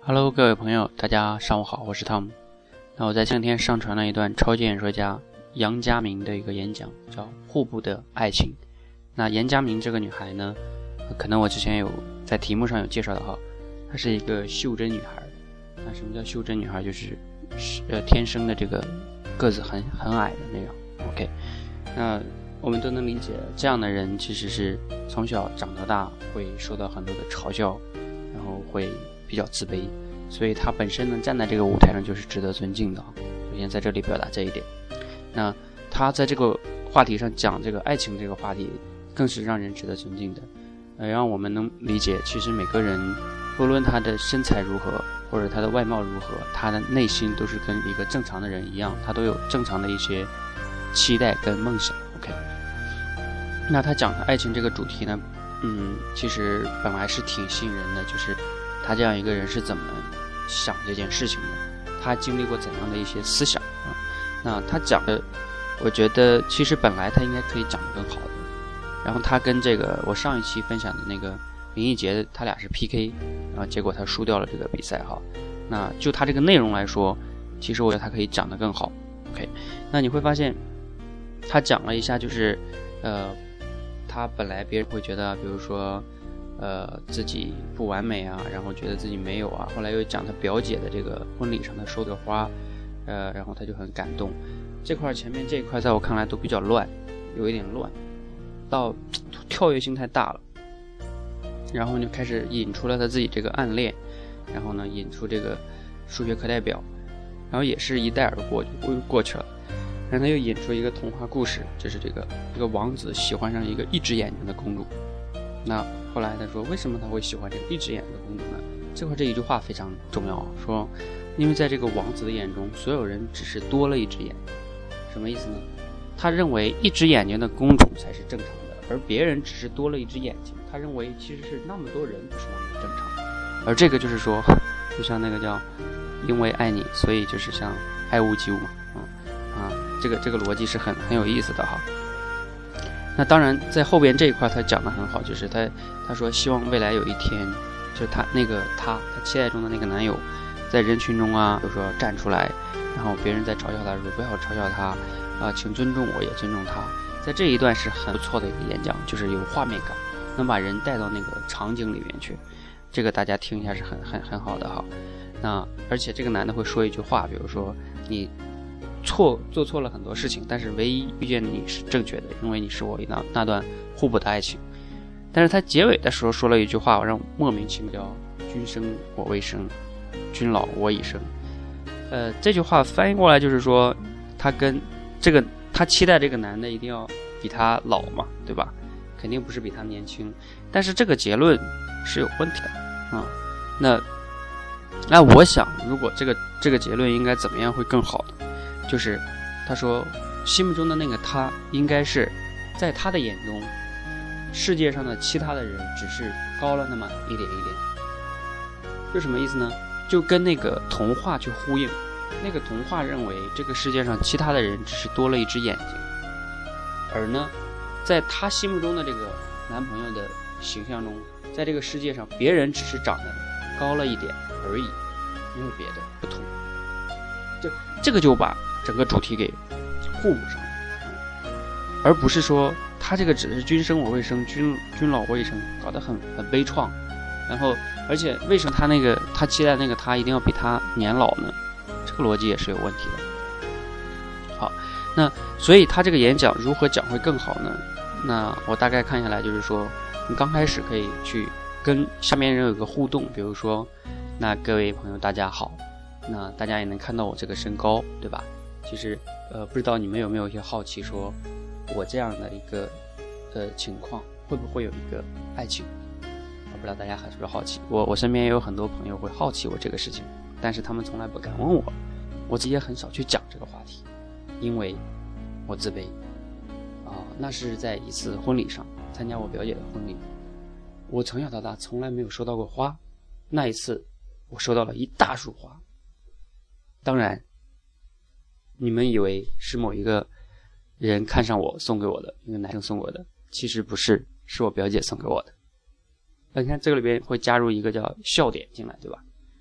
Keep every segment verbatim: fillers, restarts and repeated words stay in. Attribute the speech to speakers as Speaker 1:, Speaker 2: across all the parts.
Speaker 1: Hello， 各位朋友，大家上午好，我是汤姆。那我在前两天上传了一段超级演说家杨家明的一个演讲，叫《互补的爱情》。那杨家明这个女孩呢，可能我之前有在题目上有介绍的哈，她是一个袖珍女孩。那什么叫袖珍女孩？就是呃天生的这个个子很很矮的那种。OK， 那我们都能理解，这样的人其实是从小长到大会受到很多的嘲笑，然后会比较自卑，所以他本身能站在这个舞台上就是值得尊敬的。首先在这里表达这一点。那他在这个话题上讲这个爱情这个话题，更是让人值得尊敬的，呃，让我们能理解，其实每个人不论他的身材如何，或者他的外貌如何，他的内心都是跟一个正常的人一样，他都有正常的一些期待跟梦想。 OK， 那他讲的爱情这个主题呢，嗯，其实本来是挺吸引人的，就是他这样一个人是怎么想这件事情的，他经历过怎样的一些思想啊？那他讲的，我觉得其实本来他应该可以讲得更好的。然后他跟这个我上一期分享的那个林奕杰，他俩是 P K， 然后结果他输掉了这个比赛哈。那就他这个内容来说，其实我觉得他可以讲得更好。OK， 那你会发现他讲了一下，就是呃，他本来别人会觉得，比如说。呃，自己不完美啊，然后觉得自己没有啊，后来又讲他表姐的这个婚礼上他收的花，呃，然后他就很感动。这块前面这一块在我看来都比较乱，有一点乱，到跳跃性太大了，然后就开始引出了他自己这个暗恋，然后呢引出这个数学课代表，然后也是一带而过就过去了。然后他又引出一个童话故事，就是这个这个王子喜欢上一个一只眼睛的公主。那后来他说，为什么他会喜欢这个一只眼的公主呢？这块这一句话非常重要，说因为在这个王子的眼中，所有人只是多了一只眼。什么意思呢？他认为一只眼睛的公主才是正常的，而别人只是多了一只眼睛，他认为其实是那么多人不是那么正常的。而这个就是说，就像那个叫因为爱你，所以就是像爱屋及乌嘛，啊、嗯、啊，这个这个逻辑是很很有意思的哈。那当然在后边这一块他讲得很好，就是他他说希望未来有一天，就是他那个他他期待中的那个男友在人群中啊，比如说站出来，然后别人在嘲笑他的时候不要嘲笑他啊，请尊重我也尊重他。在这一段是很不错的一个演讲，就是有画面感，能把人带到那个场景里面去，这个大家听一下是很很很好的哈。那而且这个男的会说一句话，比如说你错做错了很多事情，但是唯一遇见你是正确的，因为你是我那那段互补的爱情。但是他结尾的时候说了一句话，我让莫名其妙，君生我未生，君老我已生。呃，这句话翻译过来就是说，他跟这个他期待这个男的一定要比他老嘛，对吧？肯定不是比他年轻。但是这个结论是有问题的啊。那那我想，如果这个这个结论应该怎么样会更好的？就是他说心目中的那个他应该是在他的眼中世界上的其他的人只是高了那么一点一点。这什么意思呢？就跟那个童话去呼应。那个童话认为这个世界上其他的人只是多了一只眼睛，而呢在他心目中的这个男朋友的形象中，在这个世界上别人只是长得高了一点而已，没有别的不同。这这个就把整个主题给互补上了，而不是说他这个只是君生我未生，君君老我已生，搞得很很悲怆。然后而且为什么他那个他期待那个他一定要比他年老呢？这个逻辑也是有问题的。好，那所以他这个演讲如何讲会更好呢？那我大概看下来就是说，你刚开始可以去跟下面人有个互动，比如说，那各位朋友大家好，那大家也能看到我这个身高，对吧？其实呃，不知道你们有没有一些好奇，说我这样的一个呃情况会不会有一个爱情？我不知道大家还是不是好奇，我我身边也有很多朋友会好奇我这个事情，但是他们从来不敢问我，我自己也很少去讲这个话题，因为我自卑啊、呃。那是在一次婚礼上参加我表姐的婚礼，我从小到大从来没有收到过花，那一次我收到了一大束花。当然你们以为是某一个人看上我送给我的，一个男生送给我的，其实不是，是我表姐送给我的。那你看这个里边会加入一个叫笑点进来，对吧？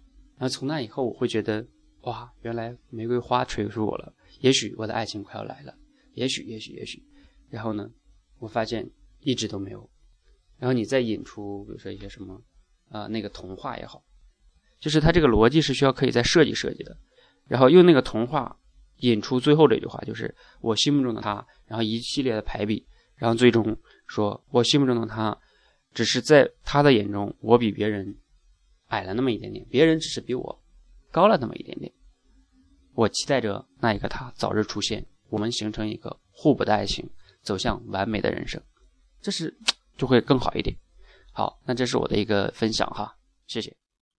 Speaker 1: 然后从那以后我会觉得，哇，原来玫瑰花垂住我了，也许我的爱情快要来了，也许也许也许。然后呢，我发现一直都没有。然后你再引出比如说一些什么啊、呃、那个童话也好，就是它这个逻辑是需要可以再设计设计的。然后用那个童话引出最后这句话，就是我心目中的他，然后一系列的排比，然后最终说我心目中的他只是在他的眼中我比别人矮了那么一点点，别人只是比我高了那么一点点。我期待着那一个他早日出现，我们形成一个互补的爱情，走向完美的人生，这是就会更好一点。好，那这是我的一个分享哈，谢谢。